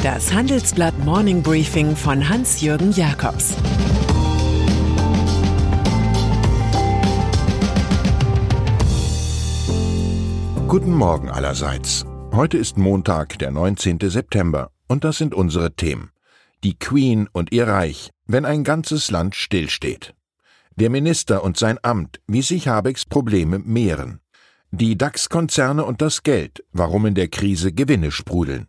Das Handelsblatt Morning Briefing von Hans-Jürgen Jakobs. Guten Morgen allerseits. Heute ist Montag, der 19. September, und das sind unsere Themen. Die Queen und ihr Reich, wenn ein ganzes Land stillsteht. Der Minister und sein Amt, wie sich Habecks Probleme mehren. Die DAX-Konzerne und das Geld, warum in der Krise Gewinne sprudeln.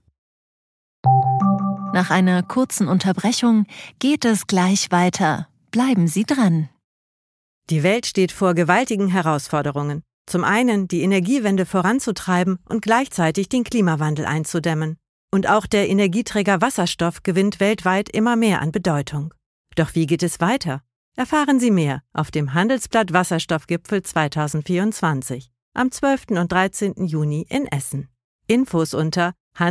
Nach einer kurzen Unterbrechung geht es gleich weiter. Bleiben Sie dran. Die Welt steht vor gewaltigen Herausforderungen. Zum einen die Energiewende voranzutreiben und gleichzeitig den Klimawandel einzudämmen. Und auch der Energieträger Wasserstoff gewinnt weltweit immer mehr an Bedeutung. Doch wie geht es weiter? Erfahren Sie mehr auf dem Handelsblatt Wasserstoffgipfel 2024 am 12. und 13. Juni in Essen. Infos unter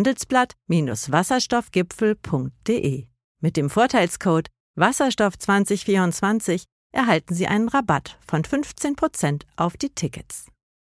handelsblatt-wasserstoffgipfel.de. Mit dem Vorteilscode Wasserstoff2024 erhalten Sie einen Rabatt von 15% auf die Tickets.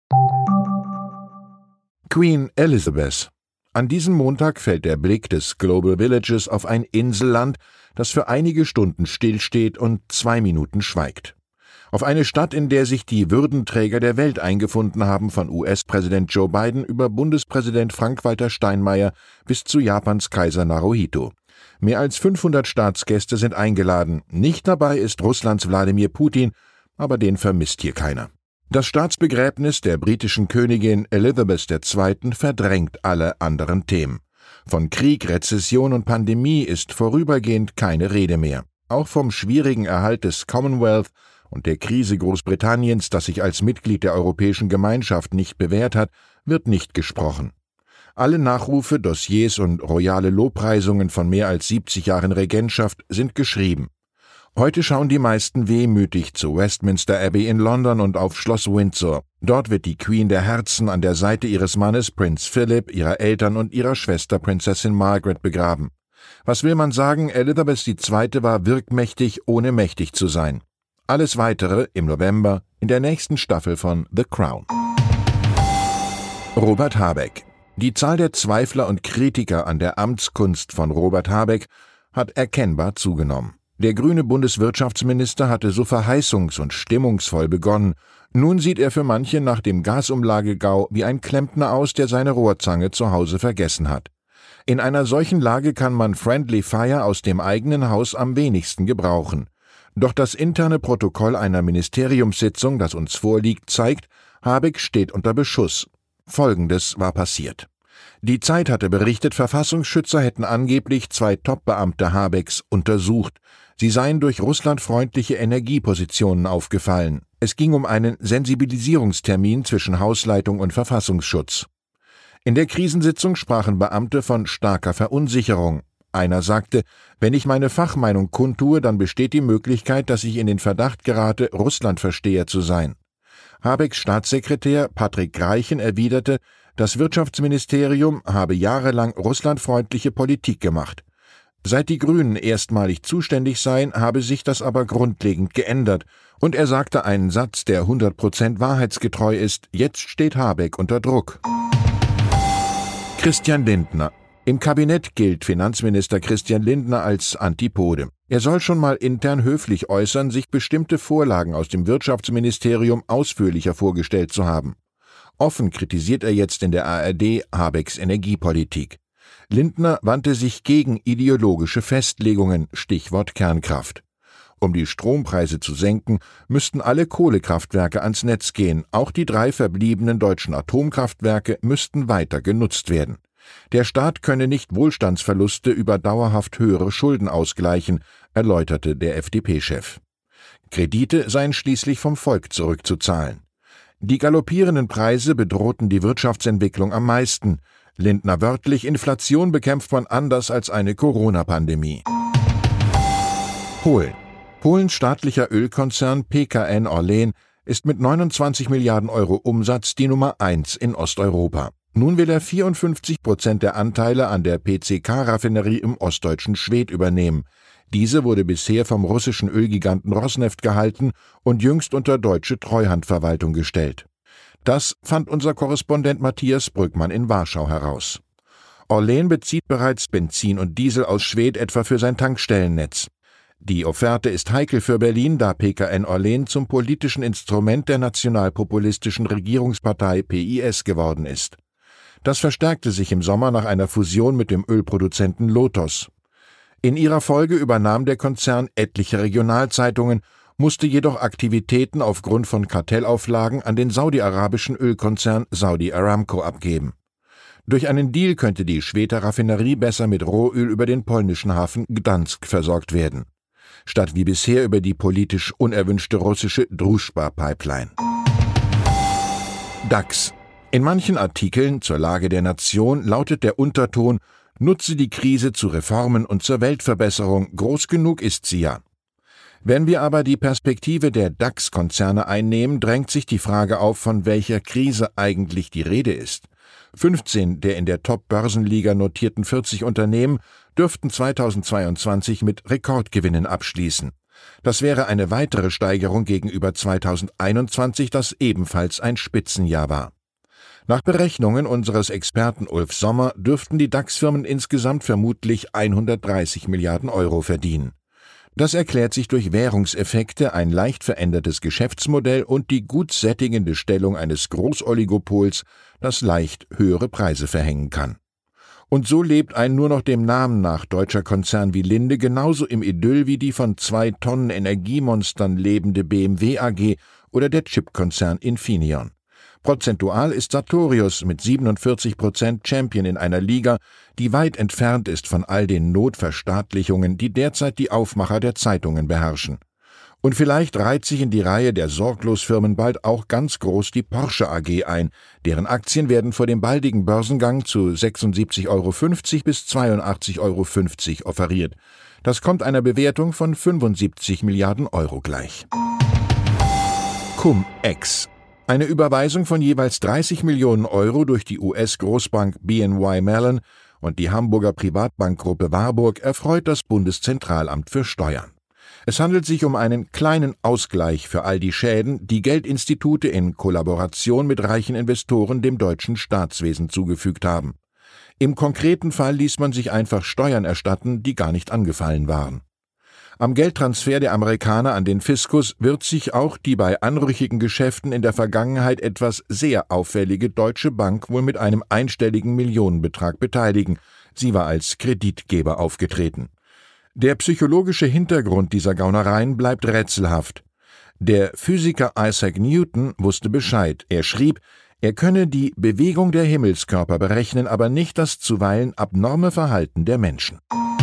Queen Elizabeth. An diesem Montag fällt der Blick des Global Villages auf ein Inselland, das für einige Stunden stillsteht und 2 Minuten schweigt. Auf eine Stadt, in der sich die Würdenträger der Welt eingefunden haben, von US-Präsident Joe Biden über Bundespräsident Frank-Walter Steinmeier bis zu Japans Kaiser Naruhito. Mehr als 500 Staatsgäste sind eingeladen. Nicht dabei ist Russlands Wladimir Putin, aber den vermisst hier keiner. Das Staatsbegräbnis der britischen Königin Elizabeth II. Verdrängt alle anderen Themen. Von Krieg, Rezession und Pandemie ist vorübergehend keine Rede mehr. Auch vom schwierigen Erhalt des Commonwealth und der Krise Großbritanniens, das sich als Mitglied der Europäischen Gemeinschaft nicht bewährt hat, wird nicht gesprochen. Alle Nachrufe, Dossiers und royale Lobpreisungen von mehr als 70 Jahren Regentschaft sind geschrieben. Heute schauen die meisten wehmütig zu Westminster Abbey in London und auf Schloss Windsor. Dort wird die Queen der Herzen an der Seite ihres Mannes Prinz Philip, ihrer Eltern und ihrer Schwester Prinzessin Margaret begraben. Was will man sagen, Elizabeth II. War wirkmächtig, ohne mächtig zu sein. Alles Weitere im November in der nächsten Staffel von The Crown. Robert Habeck. Die Zahl der Zweifler und Kritiker an der Amtskunst von Robert Habeck hat erkennbar zugenommen. Der grüne Bundeswirtschaftsminister hatte so verheißungs- und stimmungsvoll begonnen. Nun sieht er für manche nach dem Gasumlage-GAU wie ein Klempner aus, der seine Rohrzange zu Hause vergessen hat. In einer solchen Lage kann man Friendly Fire aus dem eigenen Haus am wenigsten gebrauchen. Doch das interne Protokoll einer Ministeriumssitzung, das uns vorliegt, zeigt, Habeck steht unter Beschuss. Folgendes war passiert. Die Zeit hatte berichtet, Verfassungsschützer hätten angeblich 2 Top-Beamte Habecks untersucht. Sie seien durch russlandfreundliche Energiepositionen aufgefallen. Es ging um einen Sensibilisierungstermin zwischen Hausleitung und Verfassungsschutz. In der Krisensitzung sprachen Beamte von starker Verunsicherung. Einer sagte, wenn ich meine Fachmeinung kundtue, dann besteht die Möglichkeit, dass ich in den Verdacht gerate, Russlandversteher zu sein. Habecks Staatssekretär Patrick Greichen erwiderte, das Wirtschaftsministerium habe jahrelang russlandfreundliche Politik gemacht. Seit die Grünen erstmalig zuständig seien, habe sich das aber grundlegend geändert. Und er sagte einen Satz, der 100% wahrheitsgetreu ist, jetzt steht Habeck unter Druck. Christian Lindner. Im Kabinett gilt Finanzminister Christian Lindner als Antipode. Er soll schon mal intern höflich äußern, sich bestimmte Vorlagen aus dem Wirtschaftsministerium ausführlicher vorgestellt zu haben. Offen kritisiert er jetzt in der ARD Habecks Energiepolitik. Lindner wandte sich gegen ideologische Festlegungen, Stichwort Kernkraft. Um die Strompreise zu senken, müssten alle Kohlekraftwerke ans Netz gehen. Auch die 3 verbliebenen deutschen Atomkraftwerke müssten weiter genutzt werden. Der Staat könne nicht Wohlstandsverluste über dauerhaft höhere Schulden ausgleichen, erläuterte der FDP-Chef. Kredite seien schließlich vom Volk zurückzuzahlen. Die galoppierenden Preise bedrohten die Wirtschaftsentwicklung am meisten. Lindner wörtlich, Inflation bekämpft man anders als eine Corona-Pandemie. Polen. Polens staatlicher Ölkonzern PKN Orlen ist mit 29 Milliarden Euro Umsatz die Nummer 1 in Osteuropa. Nun will er 54% der Anteile an der PCK-Raffinerie im ostdeutschen Schwedt übernehmen. Diese wurde bisher vom russischen Ölgiganten Rosneft gehalten und jüngst unter deutsche Treuhandverwaltung gestellt. Das fand unser Korrespondent Matthias Brückmann in Warschau heraus. Orlen bezieht bereits Benzin und Diesel aus Schwedt etwa für sein Tankstellennetz. Die Offerte ist heikel für Berlin, da PKN Orlen zum politischen Instrument der nationalpopulistischen Regierungspartei PiS geworden ist. Das verstärkte sich im Sommer nach einer Fusion mit dem Ölproduzenten Lotos. In ihrer Folge übernahm der Konzern etliche Regionalzeitungen, musste jedoch Aktivitäten aufgrund von Kartellauflagen an den saudi-arabischen Ölkonzern Saudi Aramco abgeben. Durch einen Deal könnte die Schwedter Raffinerie besser mit Rohöl über den polnischen Hafen Gdansk versorgt werden, statt wie bisher über die politisch unerwünschte russische Druschba-Pipeline. DAX. In manchen Artikeln zur Lage der Nation lautet der Unterton: Nutze die Krise zu Reformen und zur Weltverbesserung, groß genug ist sie ja. Wenn wir aber die Perspektive der DAX-Konzerne einnehmen, drängt sich die Frage auf, von welcher Krise eigentlich die Rede ist. 15 der in der Top-Börsenliga notierten 40 Unternehmen dürften 2022 mit Rekordgewinnen abschließen. Das wäre eine weitere Steigerung gegenüber 2021, das ebenfalls ein Spitzenjahr war. Nach Berechnungen unseres Experten Ulf Sommer dürften die DAX-Firmen insgesamt vermutlich 130 Milliarden Euro verdienen. Das erklärt sich durch Währungseffekte, ein leicht verändertes Geschäftsmodell und die gut sättigende Stellung eines Großoligopols, das leicht höhere Preise verhängen kann. Und so lebt ein nur noch dem Namen nach deutscher Konzern wie Linde genauso im Idyll wie die von 2 Tonnen Energiemonstern lebende BMW AG oder der Chipkonzern Infineon. Prozentual ist Sartorius mit 47% Champion in einer Liga, die weit entfernt ist von all den Notverstaatlichungen, die derzeit die Aufmacher der Zeitungen beherrschen. Und vielleicht reiht sich in die Reihe der Sorglosfirmen bald auch ganz groß die Porsche AG ein, deren Aktien werden vor dem baldigen Börsengang zu 76,50 € bis 82,50 € offeriert. Das kommt einer Bewertung von 75 Milliarden Euro gleich. Cum-Ex. Eine Überweisung von jeweils 30 Millionen Euro durch die US-Großbank BNY Mellon und die Hamburger Privatbankgruppe Warburg erfreut das Bundeszentralamt für Steuern. Es handelt sich um einen kleinen Ausgleich für all die Schäden, die Geldinstitute in Kollaboration mit reichen Investoren dem deutschen Staatswesen zugefügt haben. Im konkreten Fall ließ man sich einfach Steuern erstatten, die gar nicht angefallen waren. Am Geldtransfer der Amerikaner an den Fiskus wird sich auch die bei anrüchigen Geschäften in der Vergangenheit etwas sehr auffällige Deutsche Bank wohl mit einem einstelligen Millionenbetrag beteiligen. Sie war als Kreditgeber aufgetreten. Der psychologische Hintergrund dieser Gaunereien bleibt rätselhaft. Der Physiker Isaac Newton wusste Bescheid. Er schrieb, er könne die Bewegung der Himmelskörper berechnen, aber nicht das zuweilen abnorme Verhalten der Menschen.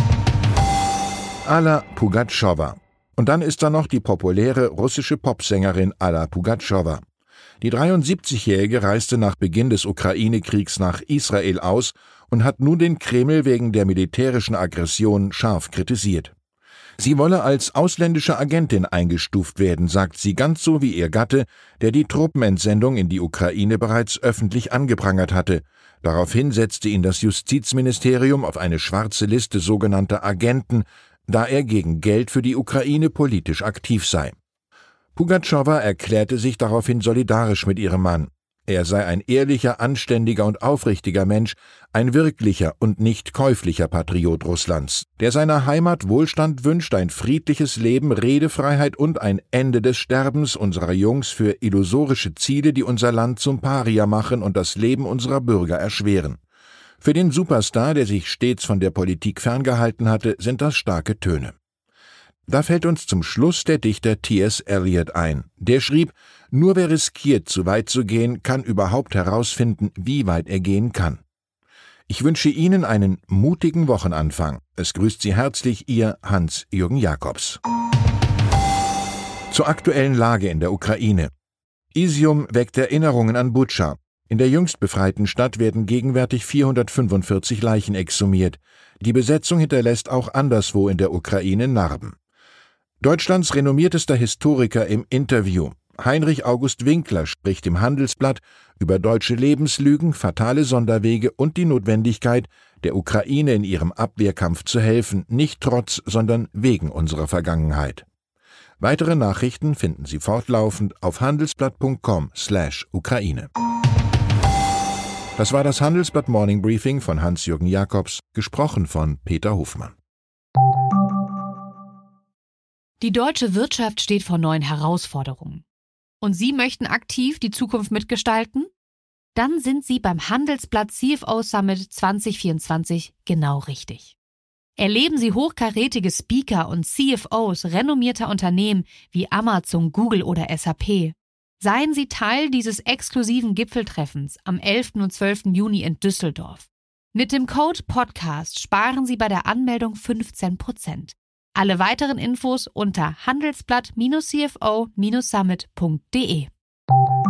Alla Pugatschowa. Und dann ist da noch die populäre russische Popsängerin Alla Pugatschowa. Die 73-Jährige reiste nach Beginn des Ukraine-Kriegs nach Israel aus und hat nun den Kreml wegen der militärischen Aggression scharf kritisiert. Sie wolle als ausländische Agentin eingestuft werden, sagt sie, ganz so wie ihr Gatte, der die Truppenentsendung in die Ukraine bereits öffentlich angeprangert hatte. Daraufhin setzte ihn das Justizministerium auf eine schwarze Liste sogenannter Agenten, da er gegen Geld für die Ukraine politisch aktiv sei. Pugatschowa erklärte sich daraufhin solidarisch mit ihrem Mann. Er sei ein ehrlicher, anständiger und aufrichtiger Mensch, ein wirklicher und nicht käuflicher Patriot Russlands, der seiner Heimat Wohlstand wünscht, ein friedliches Leben, Redefreiheit und ein Ende des Sterbens unserer Jungs für illusorische Ziele, die unser Land zum Paria machen und das Leben unserer Bürger erschweren. Für den Superstar, der sich stets von der Politik ferngehalten hatte, sind das starke Töne. Da fällt uns zum Schluss der Dichter T.S. Eliot ein. Der schrieb, nur wer riskiert, zu weit zu gehen, kann überhaupt herausfinden, wie weit er gehen kann. Ich wünsche Ihnen einen mutigen Wochenanfang. Es grüßt Sie herzlich Ihr Hans-Jürgen Jakobs. Zur aktuellen Lage in der Ukraine. Isium weckt Erinnerungen an Butscha. In der jüngst befreiten Stadt werden gegenwärtig 445 Leichen exhumiert. Die Besetzung hinterlässt auch anderswo in der Ukraine Narben. Deutschlands renommiertester Historiker im Interview. Heinrich August Winkler spricht im Handelsblatt über deutsche Lebenslügen, fatale Sonderwege und die Notwendigkeit, der Ukraine in ihrem Abwehrkampf zu helfen, nicht trotz, sondern wegen unserer Vergangenheit. Weitere Nachrichten finden Sie fortlaufend auf handelsblatt.com/Ukraine. Das war das Handelsblatt Morning Briefing von Hans-Jürgen Jakobs, gesprochen von Peter Hofmann. Die deutsche Wirtschaft steht vor neuen Herausforderungen. Und Sie möchten aktiv die Zukunft mitgestalten? Dann sind Sie beim Handelsblatt CFO Summit 2024 genau richtig. Erleben Sie hochkarätige Speaker und CFOs renommierter Unternehmen wie Amazon, Google oder SAP. Seien Sie Teil dieses exklusiven Gipfeltreffens am 11. und 12. Juni in Düsseldorf. Mit dem Code PODCAST sparen Sie bei der Anmeldung 15%. Alle weiteren Infos unter handelsblatt-cfo-summit.de.